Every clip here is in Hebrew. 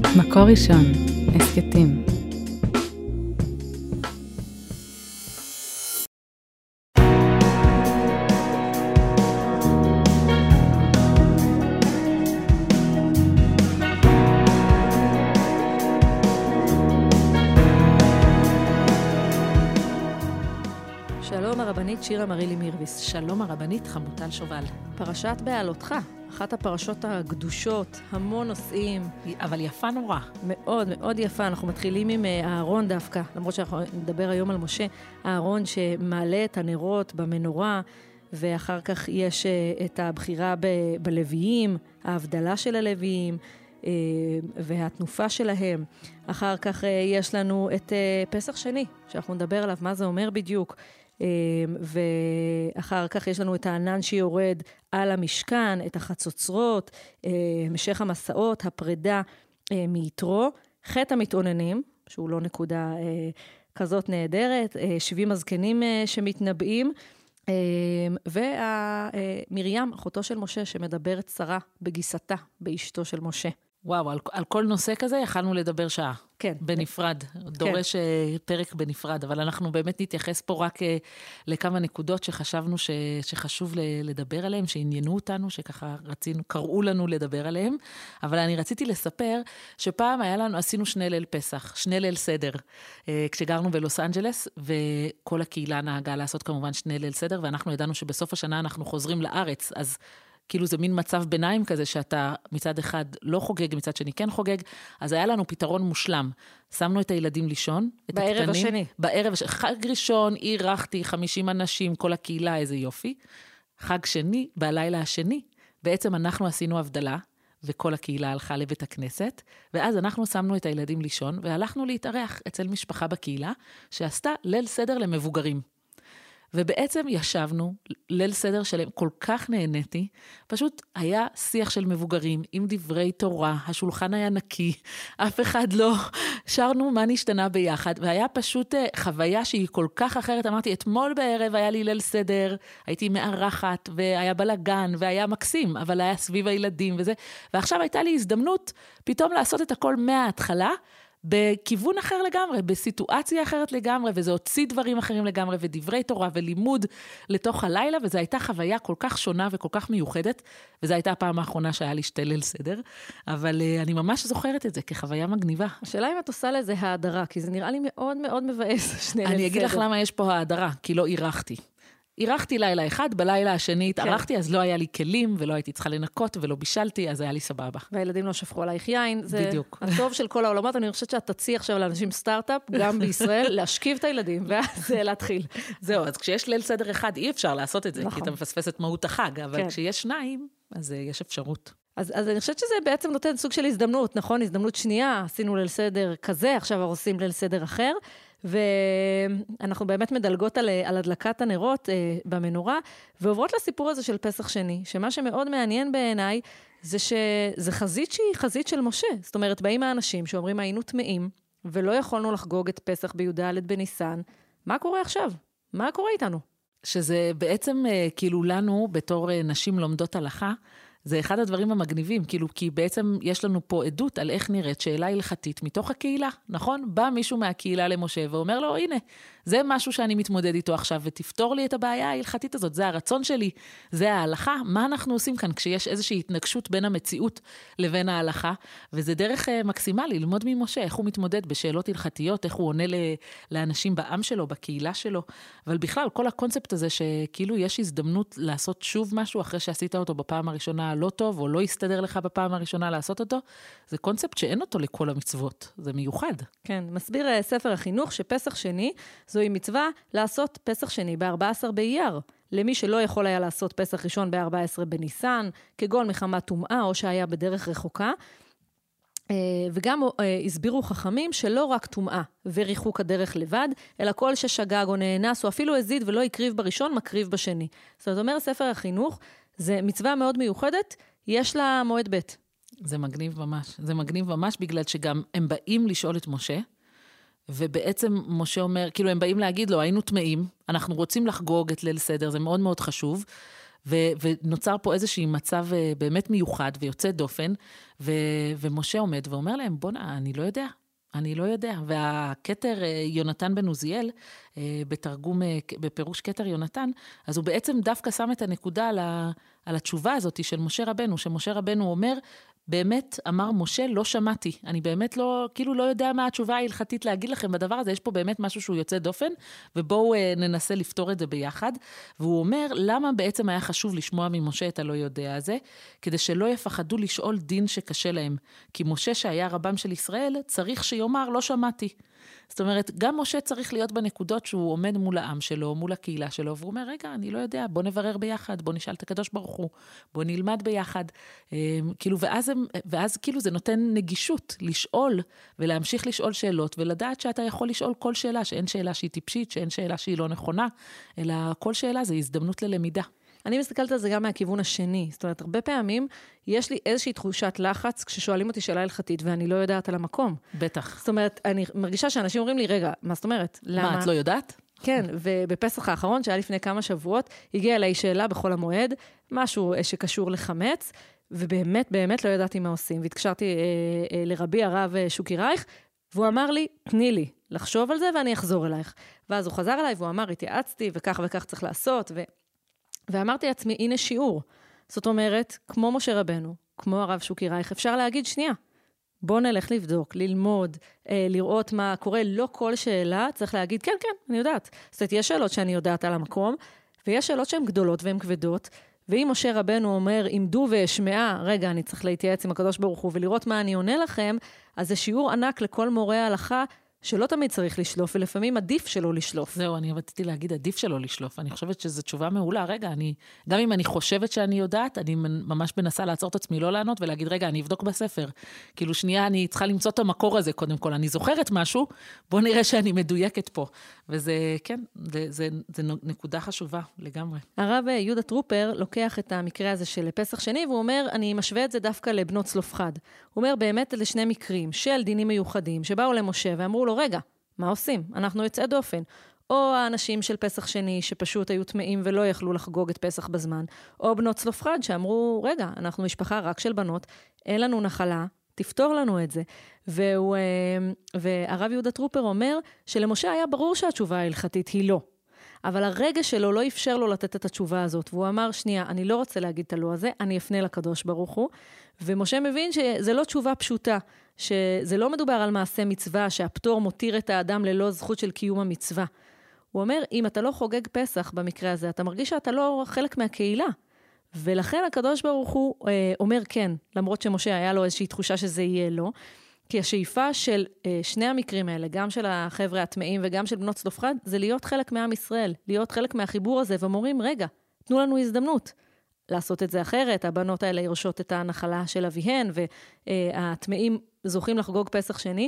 מקור ראשון, הסקטים. שלום הרבנית שירה מרילי מירביס. שלום הרבנית חמוטל שובל. פרשת בעלותך, אחת הפרשות הקדושות, המון נושאים. אבל יפה נורא. מאוד מאוד יפה. אנחנו מתחילים עם אהרון דווקא, למרות שאנחנו נדבר היום על משה. אהרון שמעלה את הנרות במנורה, ואחר כך יש את הבחירה בלוויים, ההבדלה של הלוויים, והתנופה שלהם. אחר כך יש לנו את פסח שני, שאנחנו נדבר עליו מה זה אומר בדיוק. ואחר כך יש לנו את הענן שיורד על המשכן, את החצוצרות, משך המסעות, הפרידה מיתרו, חטא המתאוננים, שהוא לא נקודה כזאת נהדרת, 70 הזקנים שמתנבאים, ומרים, אחותו של משה, שמדברת שרה בגיסתה, באשתו של משה. וואו, על כל נושא כזה יכלנו לדבר שעה. כן. בנפרד. דורש פרק בנפרד, אבל אנחנו באמת נתייחס פה רק לכמה נקודות שחשבנו שחשוב לדבר עליהן, שעניינו אותנו, שככה קראו לנו לדבר עליהן, אבל אני רציתי לספר שפעם עשינו שני ליל פסח, שני ליל סדר, כשגרנו בלוס אנג'לס, וכל הקהילה נהגה לעשות כמובן שני ליל סדר, ואנחנו ידענו שבסוף השנה אנחנו חוזרים לארץ, אז כאילו זה מין מצב ביניים כזה, שאתה מצד אחד לא חוגג, מצד שני כן חוגג, אז היה לנו פתרון מושלם. שמנו את הילדים לישון, את בערב הקטנים, השני. בערב השני. חג ראשון, אירחתי 50 אנשים, כל הקהילה, איזה יופי. חג שני, בלילה השני, בעצם אנחנו עשינו הבדלה, וכל הקהילה הלכה לבית הכנסת, ואז אנחנו שמנו את הילדים לישון, והלכנו להתארח אצל משפחה בקהילה, שעשתה ליל סדר למבוגרים. ובעצם ישבנו, ליל סדר שלהם, כל כך נהניתי, פשוט היה שיח של מבוגרים, עם דברי תורה, השולחן היה נקי, אף אחד לא, שרנו מה נשתנה ביחד, והיה פשוט חוויה שהיא כל כך אחרת, אמרתי, אתמול בערב היה לי ליל סדר, הייתי מארחת, והיה בלגן, והיה מקסים, אבל היה סביב הילדים וזה, ועכשיו הייתה לי הזדמנות פתאום לעשות את הכל מההתחלה, בכיוון אחר לגמרי, בסיטואציה אחרת לגמרי, וזה הוציא דברים אחרים לגמרי, ודברי תורה ולימוד לתוך הלילה, וזו הייתה חוויה כל כך שונה וכל כך מיוחדת, וזו הייתה הפעם האחרונה שהיה לי שתי ליל סדר, אבל אני ממש זוכרת את זה כחוויה מגניבה. השאלה אם את עושה לזה האדרה, כי זה נראה לי מאוד מאוד מבאס שני ליל סדר. אני אגיד לך למה יש פה האדרה, כי לא אירחתי. אירחתי לילה אחד, בלילה השני התארחתי, אז לא היה לי כלים, ולא הייתי צריכה לנקות, ולא בישלתי, אז היה לי סבבה. והילדים לא שפכו עלייך יין. בדיוק. זה הטוב של כל העולמות, אני חושבת שאת תציע עכשיו לאנשים סטארט-אפ, גם בישראל, להשכיב את הילדים, ואז להתחיל. זהו, אז כשיש ליל סדר אחד, אי אפשר לעשות את זה, כי אתה מפספס את מהות החג, אבל כשיש שניים, אז יש אפשרות. אז אני חושבת שזה בעצם נותן סוג של הזדמנות, נכון? הזדמנות שנייה, עשינו ליל סדר כזה, עכשיו עושים ליל סדר אחר, ואנחנו באמת מדלגות על הדלקת הנרות במנורה, ועוברות לסיפור הזה של פסח שני, שמה שמאוד מעניין בעיניי, זה שזה חזית שהיא חזית של משה. זאת אומרת, באים האנשים שאומרים, היינו טמאים, ולא יכולנו לחגוג את פסח בי"ד בניסן. מה קורה עכשיו? מה קורה איתנו? שזה בעצם כאילו לנו, בתור נשים לומדות הלכה, זה אחד הדברים המגניבים, כאילו, כי בעצם יש לנו פה עדות על איך נראית שאלה הלכתית מתוך הקהילה, נכון? בא מישהו מהקהילה למשה ואומר לו, הנה, זה משהו שאני מתמודד איתו עכשיו, ותפתור לי את הבעיה ההלכתית הזאת, זה הרצון שלי, זה ההלכה, מה אנחנו עושים כאן כשיש איזושהי התנגשות בין המציאות לבין ההלכה, וזה דרך מקסימה ללמוד ממשה, איך הוא מתמודד בשאלות הלכתיות, איך הוא עונה לאנשים בעם שלו, בקהילה שלו, אבל בכלל, כל הקונספט הזה שכאילו יש הזדמנות לעשות שוב משהו אחרי שעשית אותו בפעם הראשונה לא טוב, או לא יסתדר לך בפעם הראשונה לעשות אותו, זה קונספט שאין אותו לכל המצוות, זה מיוחד. כן, מסביר ספר החינוך שפסח שני, זוהי מצווה לעשות פסח שני ב-14 באייר. למי שלא יכול היה לעשות פסח ראשון ב-14 בניסן, כגון מחמת טומאה או שהיה בדרך רחוקה, וגם הסבירו חכמים שלא רק טומאה וריחוק הדרך לבד, אלא כל ששגג או נאנס או אפילו הזיד ולא יקריב בראשון, מקריב בשני. זאת אומרת, ספר החינוך, זה מצווה מאוד מיוחדת, יש לה מועד ב'. זה מגניב ממש. זה מגניב ממש בגלל שגם הם באים לשאול את משה, ובעצם משה אומר, כאילו הם באים להגיד לו, היינו טמאים, אנחנו רוצים לחגוג את ליל סדר, זה מאוד מאוד חשוב, ונוצר פה איזשהו מצב באמת מיוחד ויוצא דופן, ומשה עומד ואומר להם, בונה, אני לא יודע. והכתר יונתן בן עוזיאל, בתרגום, בפירוש כתר יונתן, אז הוא בעצם דווקא שם את הנקודה על התשובה הזאת של משה רבנו, שמשה רבנו אומר, באמת אמר משה, לא שמעתי. אני באמת לא יודע מה התשובה ההלכתית להגיד לכם בדבר הזה. יש פה באמת משהו שהוא יוצא דופן, ובואו ננסה לפתור את זה ביחד. והוא אומר, למה בעצם היה חשוב לשמוע ממשה את הלא יודע הזה? כדי שלא יפחדו לשאול דין שקשה להם. כי משה שהיה רבם של ישראל, צריך שיאמר, לא שמעתי. זאת אומרת, גם משה צריך להיות בנקודות שהוא עומד מול העם שלו, מול הקהילה שלו, והוא אומר, רגע, אני לא יודע, בוא נברר ביחד, בוא נשאל את הקדוש ברוך הוא, בוא נלמד ביחד. כאילו, ואז כאילו זה נותן נגישות לשאול, ולהמשיך לשאול שאלות, ולדעת שאתה יכול לשאול כל שאלה, שאין שאלה שהיא טיפשית, שאין שאלה שהיא לא נכונה, אלא כל שאלה זה הזדמנות ללמידה. אני מסתכלת על זה גם מהכיוון השני. זאת אומרת, הרבה פעמים יש לי איזושהי תחושת לחץ כששואלים אותי שאלה הלכתית, ואני לא יודעת על המקום. בטח. זאת אומרת, אני מרגישה שאנשים אומרים לי, רגע, מה זאת אומרת? למה? מה, את לא יודעת? כן, ובפסח האחרון, שהיה לפני כמה שבועות, הגיעה אליי שאלה בכל המועד, משהו שקשור לחמץ, ובאמת, באמת לא ידעתי מה עושים. והתקשרתי לרבי הרב שוקי רייך, והוא אמר לי, תני לי לחשוב על זה ואני אחזור אלייך. ואז הוא חזר אליי והוא אמר, התייעצתי וכך וכך צריך לעשות, ואמרתי לעצמי, הנה שיעור. זאת אומרת, כמו משה רבנו, כמו הרב שוקי רייך, אפשר להגיד שנייה. בוא נלך לבדוק, ללמוד, לראות מה קורה. לא כל שאלה צריך להגיד, כן, אני יודעת. זאת אומרת, יש שאלות שאני יודעת על המקום, ויש שאלות שהן גדולות והן כבדות, ואם משה רבנו אומר, עמדו ואשמעה, רגע, אני צריך להתייעץ עם הקדוש ברוך הוא, ולראות מה אני עונה לכם, אז זה שיעור ענק לכל מורה ההלכה, שלא תמיד צריך לשלוף, ולפעמים עדיף שלא לשלוף. זהו, אני רציתי להגיד, עדיף שלא לשלוף. אני חושבת שזו תשובה מעולה. רגע, גם אם אני חושבת שאני יודעת, אני ממש מנסה לעצור את עצמי לא לענות, ולהגיד, רגע, אני אבדוק בספר. כאילו, שנייה, אני צריכה למצוא את המקור הזה, קודם כל. אני זוכרת משהו, בוא נראה שאני מדויקת פה. וזה, כן, זה נקודה חשובה לגמרי. הרב יהודה טרופר לוקח את המקרה הזה של פסח שני, והוא אומר, אני משווה את זה דווקא לבנות צלופחד. הוא אומר, באמת, לשני מקרים של דינים מיוחדים, שבאו למשה ואמרו לו, רגע, מה עושים? אנחנו יוצאי דופן. או האנשים של פסח שני שפשוט היו טמאים ולא יכלו לחגוג את פסח בזמן, או בנות צלופחד שאמרו, רגע, אנחנו משפחה רק של בנות, אין לנו נחלה, תפתור לנו את זה. והרב יהודה טרופר אומר שלמשה היה ברור שהתשובה ההלכתית היא לא. אבל הרגע שלו לא אפשר לו לתת את התשובה הזאת, והוא אמר, שנייה, אני לא רוצה להגיד את הלא הזה, אני אפנה לקדוש ברוך הוא, ומשה מבין שזה לא תשובה פשוטה, שזה לא מדובר על מעשה מצווה, שהפטור מותיר את האדם ללא זכות של קיום המצווה. הוא אומר, אם אתה לא חוגג פסח במקרה הזה, אתה מרגיש שאתה לא חלק מהקהילה, ולכן הקדוש ברוך הוא אומר כן, למרות שמשה היה לו איזושהי תחושה שזה יהיה לו, כי השאיפה של שני המקרים האלה, גם של החבר'ה הטמאים וגם של בנות צלופחד, זה להיות חלק מעם ישראל, להיות חלק מהחיבור הזה, ואומרים, רגע, תנו לנו הזדמנות לעשות את זה אחרת, הבנות האלה ירשות את הנחלה של אביהן, והטמאים זוכים לחגוג פסח שני,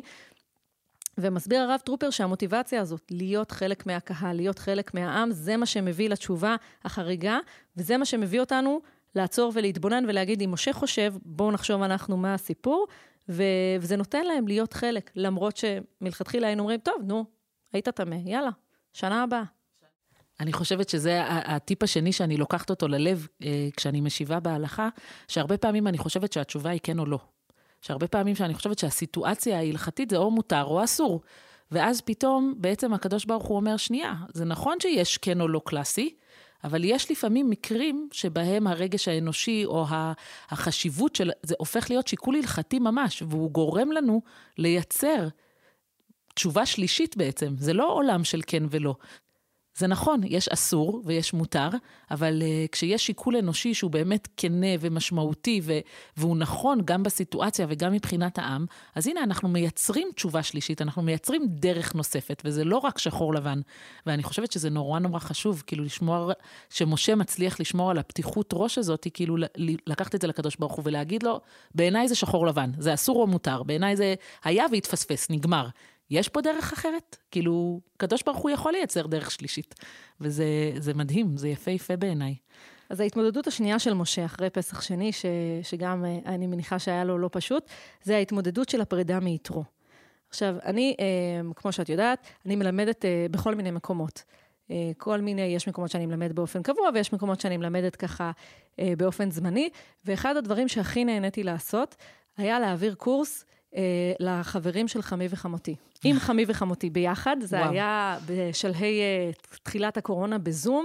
ומסביר הרב טרופר שהמוטיבציה הזאת, להיות חלק מהקהל, להיות חלק מהעם, זה מה שמביא לתשובה החריגה, וזה מה שמביא אותנו לעצור ולהתבונן ולהגיד, אם משה חושב, בואו נחשוב אנחנו מה הסיפור, וזה נותן להם להיות חלק, למרות שמלכתחילה היינו אומרים, טוב, נו, היית תמה, יאללה, שנה הבאה. אני חושבת שזה הטיפ השני שאני לוקחת אותו ללב כשאני משיבה בהלכה, שהרבה פעמים אני חושבת שהתשובה היא כן או לא. שהרבה פעמים שאני חושבת שהסיטואציה ההלכתית זה או מותר או אסור. ואז פתאום בעצם הקדוש ברוך הוא אומר, שנייה, זה נכון שיש כן או לא קלאסי, אבל יש לפעמים מקרים שבהם הרגש האנושי או החשיבות של זה הופך להיות שיקול הלכתי ממש, והוא גורם לנו לייצר תשובה שלישית בעצם. זה לא עולם של כן ולא. זה נכון, יש אסור ויש מותר, אבל כשיש שיקול אנושי שהוא באמת כנה ומשמעותי, והוא נכון גם בסיטואציה וגם מבחינת העם, אז הנה אנחנו מייצרים תשובה שלישית, אנחנו מייצרים דרך נוספת, וזה לא רק שחור לבן. ואני חושבת שזה נורא נורא חשוב, כאילו לשמור, שמשה מצליח לשמור על הפתיחות ראש הזאת, כאילו לקחת את זה לקדוש ברוך הוא ולהגיד לו, בעיניי זה שחור לבן, זה אסור או מותר, בעיניי זה היה והתפספס, נגמר. יש פה דרך אחרת? כאילו, קדוש ברוך הוא יכול לייצר דרך שלישית. וזה מדהים, זה יפה בעיניי. אז ההתמודדות השנייה של משה, אחרי פסח שני, שגם אני מניחה שהיה לו לא פשוט, זה ההתמודדות של הפרידה מיתרו. עכשיו, אני, כמו שאת יודעת, אני מלמדת בכל מיני מקומות. כל מיני, יש מקומות שאני מלמדת באופן קבוע, ויש מקומות שאני מלמדת ככה באופן זמני, ואחד הדברים שהכי נהניתי לעשות, היה להעביר קורס לחברים של חמי וחמותי. עם חמי וחמותי ביחד, זה היה בשלהי תחילת הקורונה בזום,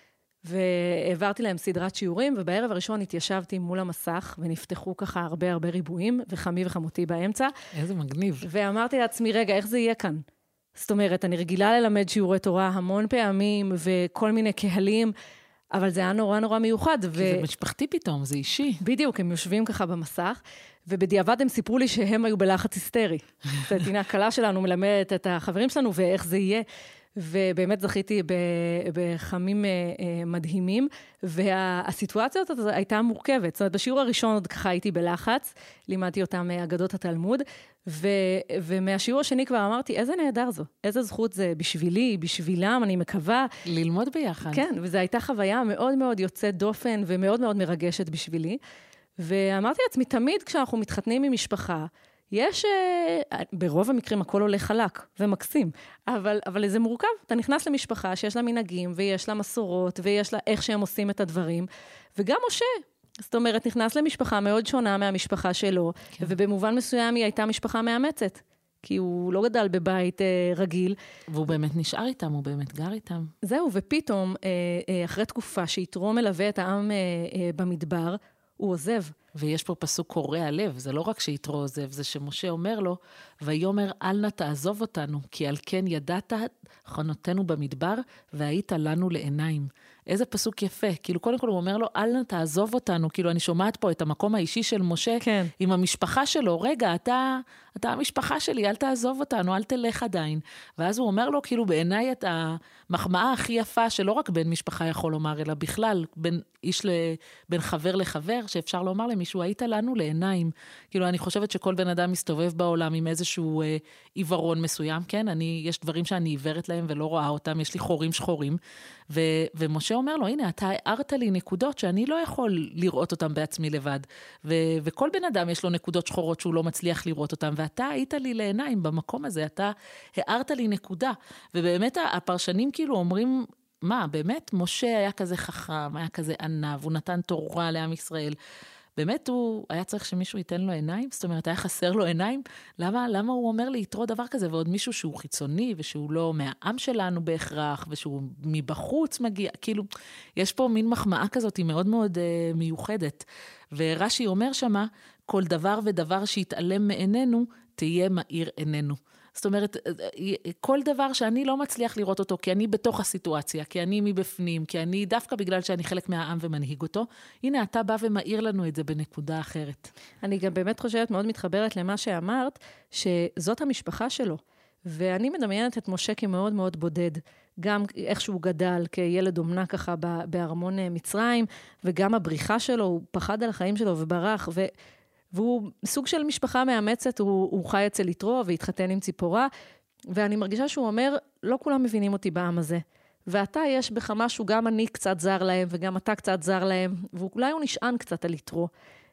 והעברתי להם סדרת שיעורים, ובערב הראשון התיישבתי מול המסך, ונפתחו ככה הרבה ריבועים, וחמי וחמותי באמצע. איזה מגניב. ואמרתי לעצמי, רגע, איך זה יהיה כאן? זאת אומרת, אני רגילה ללמד שיעורי תורה המון פעמים, וכל מיני קהלים, אבל זה היה נורא מיוחד. כי זה משפחתי פתאום, זה אישי. בדיוק, הם יושבים ככה במסך, ובדיעבד הם סיפרו לי שהם היו בלחץ היסטרי. זאת אומרת, הנה, הקלה שלנו מלמדת את החברים שלנו, ואיך זה יהיה. ובאמת זכיתי בחמים מדהימים, והסיטואציה הזאת הייתה מורכבת. זאת אומרת, בשיעור הראשון עוד ככה הייתי בלחץ, לימדתי אותם אגדות התלמוד, ומהשיעור השני כבר אמרתי, איזה נהדר זו, איזה זכות זה בשבילי, בשבילם, אני מקווה. ללמוד ביחד. כן, וזו הייתה חוויה מאוד יוצאת דופן, ומאוד מרגשת בשבילי. ואמרתי לעצמי, תמיד כשאנחנו מתחתנים עם משפחה, יש, ברוב המקרים הכל עולה חלק ומקסים, אבל זה מורכב. אתה נכנס למשפחה שיש לה מנהגים, ויש לה מסורות, ויש לה איך שהם עושים את הדברים, וגם משה, זאת אומרת, נכנס למשפחה מאוד שונה מהמשפחה שלו, כן. ובמובן מסוים היא הייתה משפחה מאמצת, כי הוא לא גדל בבית רגיל. והוא באמת נשאר איתם, הוא באמת גר איתם. זהו, ופתאום, אחרי תקופה שיתרו מלווה את העם במדבר, הוא עוזב. ויש פה פסוק קורע לב, זה לא רק שיתרו עוזב, זה שמשה אומר לו, ויאמר אל נא תעזוב אותנו, כי על כן ידעת חנותנו במדבר, והיית לנו לעיניים. איזה פסוק יפה, כאילו קודם כל הוא אומר לו, אל נא תעזוב אותנו, כאילו אני שומעת פה את המקום האישי של משה, כן. עם המשפחה שלו, רגע, אתה המשפחה שלי, אל תעזוב אותנו, אל תלך עדיין. ואז הוא אומר לו, כאילו בעיניי את המחמאה הכי יפה, שלא רק בן משפחה יכול לומר, אלא בכלל, בין חבר לחבר, שאפשר לומר למישהו, היית לנו לעיניים. כאילו אני חושבת שכל בן אדם מסתובב בעולם עם איזשהו עיוורון מסוים, כן? יש דברים שאני עיוורת להם ולא רואה אותם, יש לי חורים שחורים, ומשה אומר לו, הנה, אתה הערת לי נקודות שאני לא יכול לראות אותם בעצמי לבד, וכל בן אדם יש לו נקודות שחורות שהוא לא מצליח לראות אותם, ואתה היית לי לעיניים במקום הזה, אתה הערת לי נקודה, ובאמת הפרשנים כאילו אומרים, מה, באמת, משה היה כזה חכם, היה כזה ענב, הוא נתן תורה לעם ישראל, באמת הוא היה צריך שמישהו ייתן לו עיניים, זאת אומרת, היה חסר לו עיניים, למה הוא אומר ליתרו דבר כזה, ועוד מישהו שהוא חיצוני, ושהוא לא מהעם שלנו בהכרח, ושהוא מבחוץ מגיע, כאילו, יש פה מין מחמאה כזאת, היא מאוד מאוד מיוחדת, ורש"י אומר שמה, כל דבר ודבר שיתעלם מעינינו, תהיה מאיר עינינו. זאת אומרת, כל דבר שאני לא מצליח לראות אותו, כי אני בתוך הסיטואציה, כי אני מבפנים, כי אני דווקא בגלל שאני חלק מהעם ומנהיג אותו, הנה אתה בא ומאיר לנו את זה בנקודה אחרת. אני גם באמת חושבת, מאוד מתחברת למה שאמרת, שזאת המשפחה שלו. ואני מדמיינת את משה כמאוד מאוד בודד, גם איך שהוא גדל כילד אומנה ככה בארמון מצרים, וגם הבריחה שלו, הוא פחד על החיים שלו וברח, והוא סוג של משפחה מאמצת, הוא חי אצל יתרו והתחתן עם ציפורה, ואני מרגישה שהוא אומר, לא כולם מבינים אותי בעם הזה. ואתה יש בך משהו, גם אני קצת זר להם, וגם אתה קצת זר להם, ואולי הוא נשען קצת על יתרו.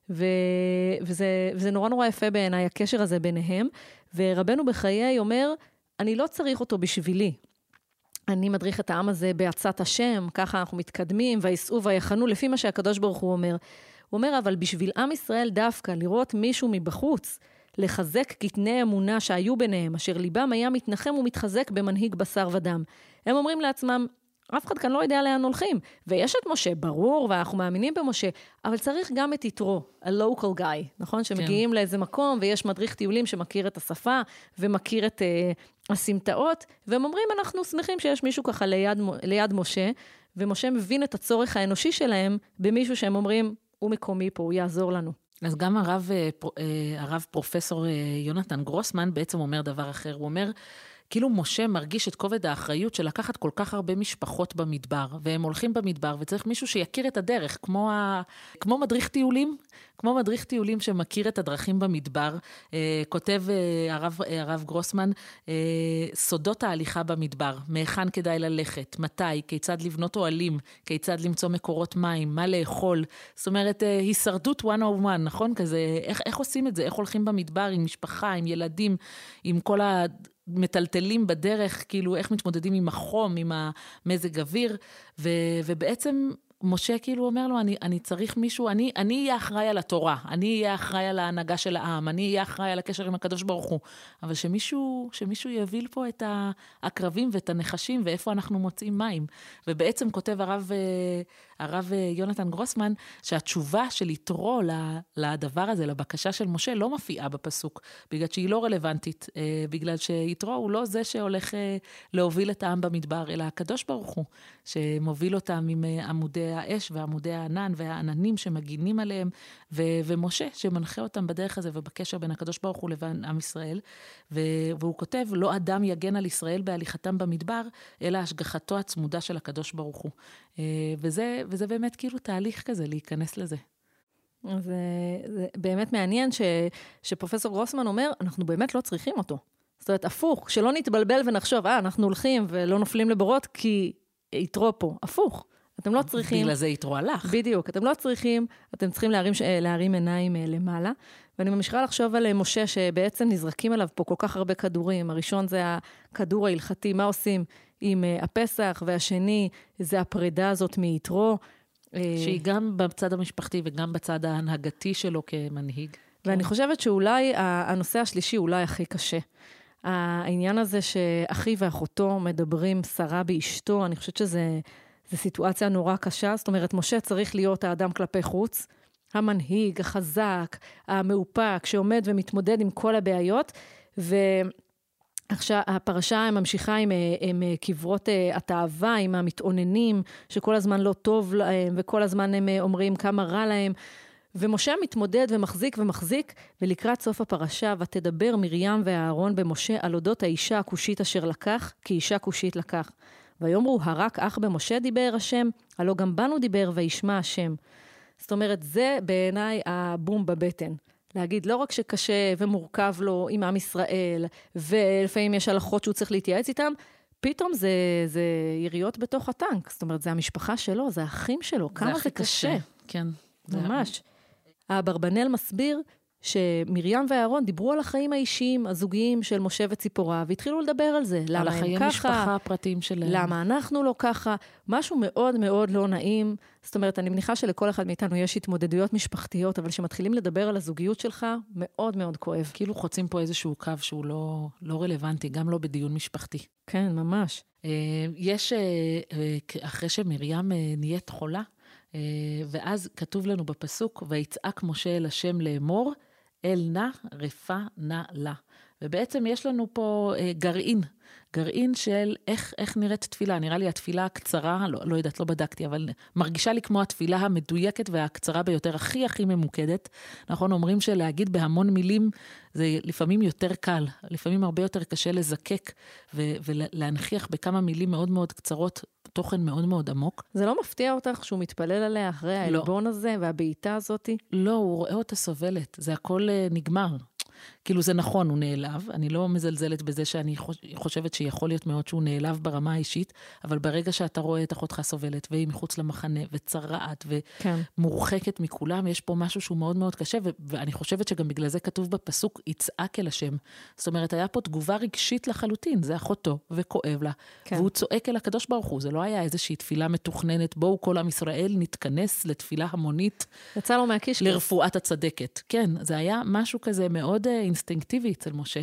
וזה נורא יפה בעיניי, הקשר הזה ביניהם. ורבנו בחיי אומר, אני לא צריך אותו בשבילי. אני מדריך את העם הזה בעצת השם, ככה אנחנו מתקדמים, ויסעו ויחנו, לפי מה שהקדוש ברוך הוא אומר. הוא אומר, אבל בשביל עם ישראל דווקא, לראות מישהו מבחוץ, לחזק קטני אמונה שהיו ביניהם, אשר ליבם היה מתנחם ומתחזק במנהיג בשר ודם. הם אומרים לעצמם, אף אחד כאן לא יודע לאן הולכים. ויש את משה, ברור, ואנחנו מאמינים במשה, אבל צריך גם את יתרו, ה-local guy, נכון? שמגיעים לאיזה מקום, ויש מדריך טיולים שמכיר את השפה, ומכיר את הסמטאות, והם אומרים, אנחנו שמחים שיש מישהו ככה ליד משה, ומשה מבין את הצורך האנושי שלהם, במישהו שהם אומרים, הוא מקומי פה, הוא יעזור לנו. אז גם הרב פרופסור יונתן גרוסמן בעצם אומר דבר אחר, הוא אומר, כאילו משה מרגיש את כובד האחריות של לקחת כל כך הרבה משפחות במדבר, והם הולכים במדבר, וצריך מישהו שיכיר את הדרך, כמו מדריך טיולים שמכיר את הדרכים במדבר, כותב הרב גרוסמן, סודות ההליכה במדבר, מהיכן כדאי ללכת, מתי, כיצד לבנות אוהלים, כיצד למצוא מקורות מים, מה לאכול, זאת אומרת, הישרדות 101, נכון? כזה, איך עושים את זה? איך הולכים במדבר עם משפחה, עם ילדים, עם כל מטלטלים בדרך, כאילו איך מתמודדים עם החום, עם המזג אוויר, ובעצם משה כאילו אומר לו, אני צריך מישהו, אני אהיה אחראי על התורה, אני אהיה אחראי על ההנהגה של העם, אני אהיה אחראי על הקשר עם הקדוש ברוך הוא, אבל שמישהו יביל פה את העקרבים ואת הנחשים, ואיפה אנחנו מוצאים מים. ובעצם כותב הרב יונתן גרוסמן, שהתשובה של יתרו לדבר הזה, לבקשה של משה, לא מופיעה בפסוק, בגלל שהיא לא רלוונטית, בגלל שיתרו הוא לא זה שהולך להוביל את העם במדבר, אלא הקדוש ברוך הוא, שמוביל אותם עם עמודי האש ועמודי הענן והעננים שמגינים עליהם, ומשה שמנחה אותם בדרך הזה ובקשר בין הקדוש ברוך הוא לבין עם ישראל, והוא כותב, לא אדם יגן על ישראל בהליכתם במדבר, אלא השגחתו הצמודה של הקדוש ברוך הוא. וזה באמת כאילו תהליך כזה, להיכנס לזה. זה באמת מעניין שפרופסור גרוסמן אומר, אנחנו באמת לא צריכים אותו. זאת אומרת, הפוך, שלא נתבלבל ונחשוב, אנחנו הולכים ולא נופלים לבורות, כי יתרו פה. הפוך. אתם לא צריכים... בגלל זה יתרו הלך. בדיוק. אתם לא צריכים, אתם צריכים להרים עיניים למעלה. ואני ממשיכה לחשוב על משה, שבעצם נזרקים עליו פה כל כך הרבה כדורים. הראשון זה הכדור ההלכתי, מה עושים עם הפסח, והשני זה הפרידה הזאת מיתרו. שהיא גם בצד המשפחתי וגם בצד ההנהגתי שלו כמנהיג. ואני חושבת שאולי הנושא השלישי אולי הכי קשה. העניין הזה שאחי ואחותו מדברים שרה באשתו, אני חושבת שזה סיטואציה נורא קשה. זאת אומרת, משה צריך להיות האדם כלפי חוץ, המנהיג, החזק, המאופק, שעומד ומתמודד עם כל הבעיות, עכשיו, הפרשה ממשיכה עם קברות התאווה, עם המתאוננים, שכל הזמן לא טוב להם, וכל הזמן הם אומרים כמה רע להם. ומשה מתמודד ומחזיק, ולקראת סוף הפרשה, ותדבר מרים ואהרון במשה על אודות האישה הכושית אשר לקח, כי אישה כושית לקח. ויאמרו, הרק אח במשה דיבר השם, הלא גם בנו דיבר וישמע השם. זאת אומרת, זה בעיניי הבום בבטן. להגיד, לא רק שקשה ומורכב לו עם עם ישראל, ולפעמים יש הלכות שהוא צריך להתייעץ איתם, פתאום זה יריות בתוך הטנק. זאת אומרת, זה המשפחה שלו, זה האחים שלו, כמה זה קשה. כן. ממש. האברבנאל מסביר שמרים ואהרון דיברו על החיים האישיים, הזוגיים של משה וציפורה, והתחילו לדבר על זה. למה הם ככה? על החיי משפחה הפרטיים שלהם. למה אנחנו לא ככה? משהו מאוד מאוד לא נעים. זאת אומרת, אני מניחה שלכל אחד מאיתנו יש התמודדויות משפחתיות, אבל שמתחילים לדבר על הזוגיות שלך, מאוד מאוד כואב. כאילו חוצים פה איזשהו קו שהוא לא רלוונטי, גם לא בדיון משפחתי. כן, ממש. יש, אחרי שמרים נהיית חולה, ואז כתוב לנו בפסוק, ויצעק משה אל השם לאמור, אל נא רפא נא לה. ובעצם יש לנו פה גרעין של איך נראית תפילה. נראה לי התפילה הקצרה, לא יודעת, לא בדקתי, אבל מרגישה לי כמו התפילה המדויקת והקצרה ביותר, הכי ממוקדת. נכון, אומרים שלהגיד בהמון מילים, זה לפעמים יותר קל, לפעמים הרבה יותר קשה לזקק, ולהנחיח בכמה מילים מאוד מאוד קצרות, תוכן מאוד מאוד עמוק. זה לא מפתיע אותך שהוא מתפלל עליה אחרי העלבון הזה והבעיטה הזאת? לא, הוא רואה אותה סובלת, זה הכל נגמר. כאילו זה נכון, הוא נעלב, אני לא מזלזלת בזה שאני חושבת שיכול להיות מאוד שהוא נעלב ברמה האישית, אבל ברגע שאתה רואה את אחותך סובלת, והיא מחוץ למחנה, וצרעת, ומורחקת מכולם, יש פה משהו שהוא מאוד מאוד קשה, ואני חושבת שגם בגלל זה כתוב בפסוק, יצעק אל השם. זאת אומרת, היה פה תגובה רגשית לחלוטין, זה אחותו, וכואב לה, והוא צועק אל הקדוש ברוך הוא, זה לא היה איזושהי תפילה מתוכננת, בואו כל עם ישראל נתכנס לתפילה המונית, יצא לו מהקישקס. לרפואת הצדקת. כן, זה היה משהו כזה מאוד אינסטינקטיבי אצל משה,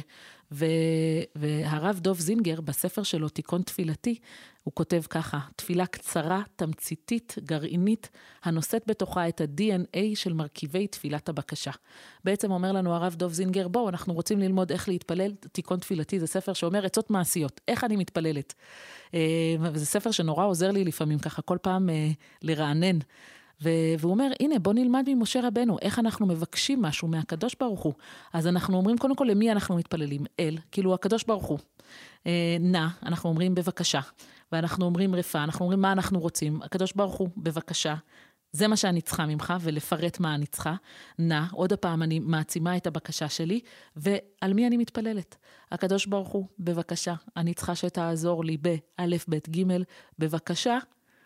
והרב דוב זינגר בספר שלו תיקון תפילתי, הוא כותב ככה, תפילה קצרה, תמציתית, גרעינית, הנושאת בתוכה את ה-DNA של מרכיבי תפילת הבקשה. בעצם אומר לנו הרב דוב זינגר, בואו, אנחנו רוצים ללמוד איך להתפלל, תיקון תפילתי, זה ספר שאומר עצות מעשיות, איך אני מתפללת. וזה ספר שנורא עוזר לי לפעמים ככה, כל פעם לרענן. והוא אומר, הנה, בוא נלמד ממשה רבנו, איך אנחנו מבקשים משהו מהקדוש ברוך הוא. אז אנחנו אומרים, קודם כל, למי אנחנו מתפללים? אל, כאילו הקדוש ברוך הוא. נא, אנחנו אומרים בבקשה. ואנחנו אומרים רפא, אנחנו אומרים מה אנחנו רוצים. הקדוש ברוך הוא, בבקשה. זה מה שאני צריכה ממך, ולפרט מה אני צריכה. נא, עוד הפעם אני מעצימה את הבקשה שלי, ועל מי אני מתפללת? הקדוש ברוך הוא, בבקשה. אני צריכה שתעזור לי באלף, בית, ג', בבקשה.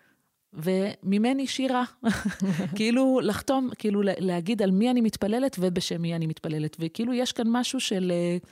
וממני שירה, כאילו לחתום, כאילו להגיד על מי אני מתפללת ובשם מי אני מתפללת, וכאילו יש כאן משהו של,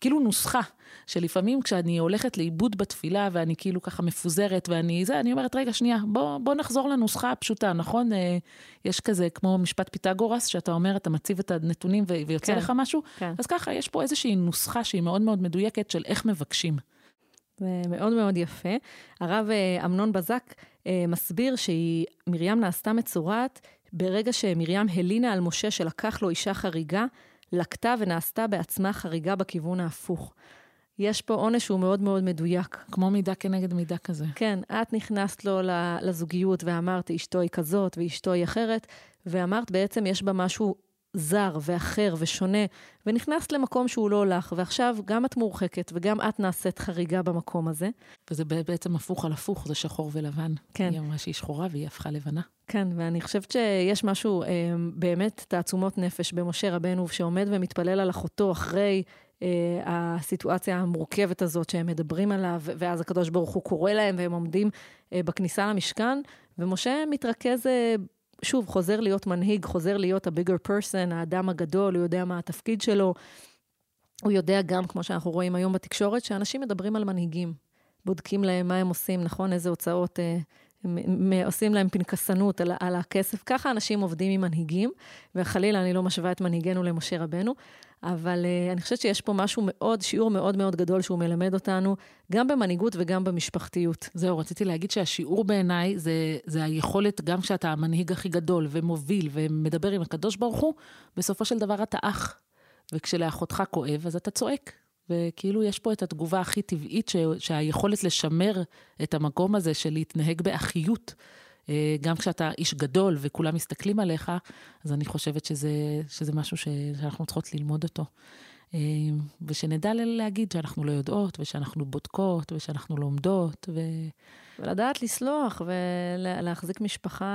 כאילו נוסחה, שלפעמים כשאני הולכת לאיבוד בתפילה, ואני כאילו ככה מפוזרת, אני אומרת, רגע, שנייה, בוא נחזור לנוסחה הפשוטה, נכון? יש כזה, כמו משפט פיתגורס, שאתה אומר, אתה מציב את הנתונים ויוצא לך משהו, אז ככה, יש פה איזושהי נוסחה שהיא מאוד מאוד מדויקת, של איך מבקשים. זה מאוד מאוד יפה. הרב אמנון בזק מסביר שמרים נעשתה מצורעת, ברגע שמרים הלינה על משה שלקח לו אישה חריגה, לקטה ונעשתה בעצמה חריגה בכיוון ההפוך. יש פה עונש שהוא מאוד מאוד מדויק. כמו מידה כנגד מידה כזה. כן, את נכנסת לו לזוגיות ואמרת, אשתו היא כזאת ואשתו היא אחרת, ואמרת בעצם יש בה משהו זר ואחר ושונה, ונכנסת למקום שהוא לא הולך, ועכשיו גם את מורחקת וגם את נעשית חריגה במקום הזה. וזה בעצם הפוך על הפוך, זה שחור ולבן. כן. היא אמרה שהיא שחורה והיא הפכה לבנה. כן, ואני חושבת שיש משהו באמת תעצומות נפש במשה רבנו, שעומד ומתפלל על אחותו אחרי הסיטואציה המורכבת הזאת שהם מדברים עליו, ואז הקדוש ברוך הוא קורא להם, והם עומדים בכניסה למשכן, ומשה מתרכז, שוב, חוזר להיות מנהיג, חוזר להיות ה-bigger person, האדם הגדול, הוא יודע מה התפקיד שלו, הוא יודע גם, כמו שאנחנו רואים היום בתקשורת, שאנשים מדברים על מנהיגים, בודקים להם מה הם עושים, נכון, איזה הוצאות, עושים להם פנקסנות על הכסף, ככה אנשים עובדים עם מנהיגים, וחלילה אני לא משווה את מנהיגנו למשה רבנו, אבל אני חושבת שיש פה משהו מאוד, שיעור מאוד מאוד גדול שהוא מלמד אותנו, גם במנהיגות וגם במשפחתיות. זהו, רציתי להגיד שהשיעור בעיניי זה היכולת, גם כשאתה המנהיג הכי גדול ומוביל ומדבר עם הקדוש ברוך הוא, בסופו של דבר אתה אח, וכשלאחותך כואב, אז אתה צועק. וכאילו יש פה את התגובה הכי טבעית, שהיכולת לשמר את המקום הזה של להתנהג באחיות, גם כשאתה איש גדול וכולם מסתכלים עליך, אז אני חושבת שזה משהו שאנחנו צריכות ללמוד אותו. ושנדע להגיד שאנחנו לא יודעות, ושאנחנו בודקות, ושאנחנו לומדות. ולדעת לסלוח, ולהחזיק משפחה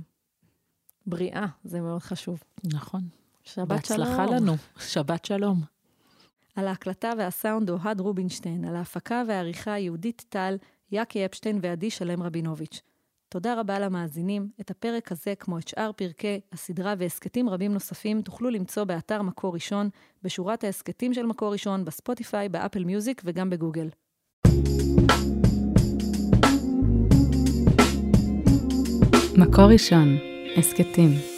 בריאה, זה מאוד חשוב. נכון. שבת שלום. בהצלחה לנו. שבת שלום. על ההקלטה והסאונד אוהד רובינשטיין, על ההפקה והעריכה יהודית טל, יקי אפשטיין ועדי שלם רבינוביץ'. תודה רבה למאזינים. את הפרק הזה, כמו את שאר פרקי הסדרה והסקטים רבים נוספים, תוכלו למצוא באתר מקור ראשון, בשורת ההסקטים של מקור ראשון, בספוטיפיי, באפל מיוזיק וגם בגוגל. מקור ראשון, הסקטים.